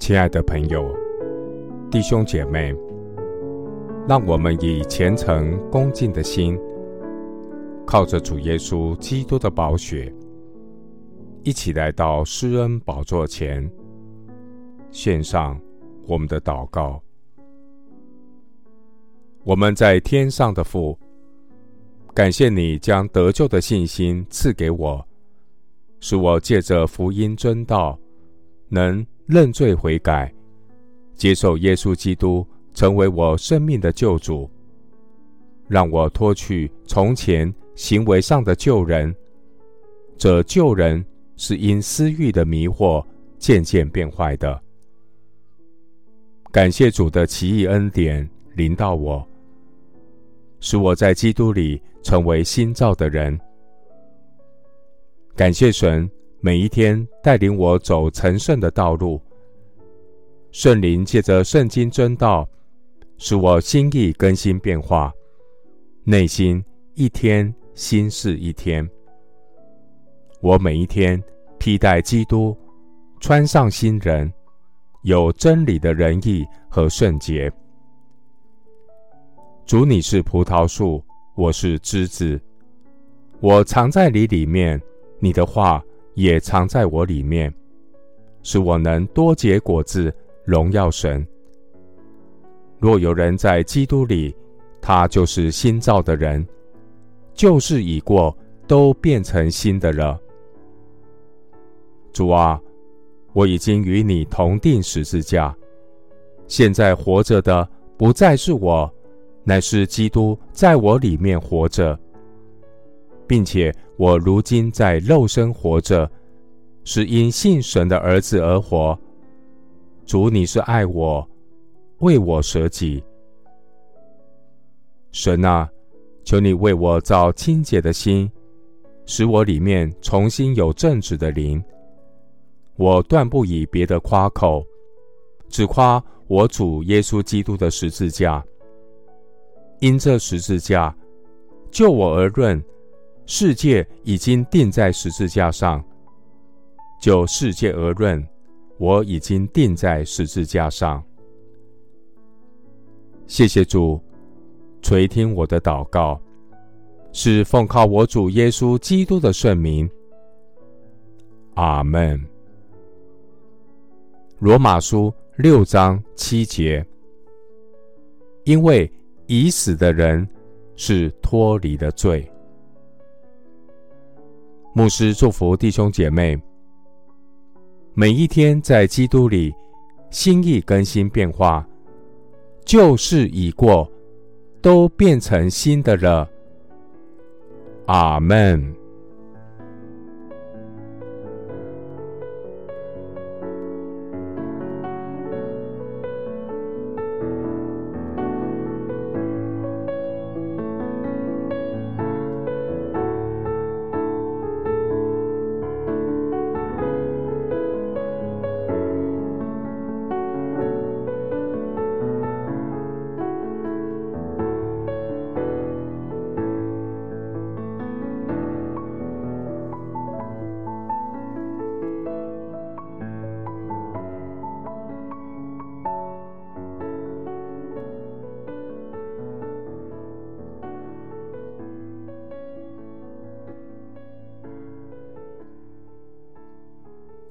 亲爱的朋友、弟兄姐妹，让我们以虔诚恭敬的心，靠着主耶稣基督的宝血，一起来到施恩宝座前，献上我们的祷告。我们在天上的父，感谢你将得救的信心赐给我，使我借着福音真道，能认罪悔改，接受耶稣基督成为我生命的救主，让我脱去从前行为上的旧人。这旧人是因私欲的迷惑渐渐变坏的。感谢主的奇异恩典临到我，使我在基督里成为新造的人。感谢神每一天带领我走成圣的道路，圣灵借着圣经真道，使我心意更新变化，内心一天新似一天。我每一天披戴基督，穿上新人，有真理的仁义和圣洁。主，你是葡萄树，我是枝子，我藏在你里面，你的话也藏在我里面，使我能多结果子，荣耀神。若有人在基督里，他就是新造的人，旧事已过，都变成新的了。主啊，我已经与你同定十字架，现在活着的不再是我，乃是基督在我里面活着，并且我如今在肉身活着，是因信神的儿子而活。主，你是爱我，为我舍己。神啊，求你为我造清洁的心，使我里面重新有正直的灵。我断不以别的夸口，只夸我主耶稣基督的十字架。因这十字架，就我而论，世界已经钉在十字架上；就世界而论，我已经钉在十字架上。谢谢主垂听我的祷告，是奉靠我主耶稣基督的圣名。阿们。罗马书6章7节，因为已死的人是脱离了罪。牧师祝福弟兄姐妹，每一天在基督里心意更新变化，旧事已过，都变成新的了。阿们。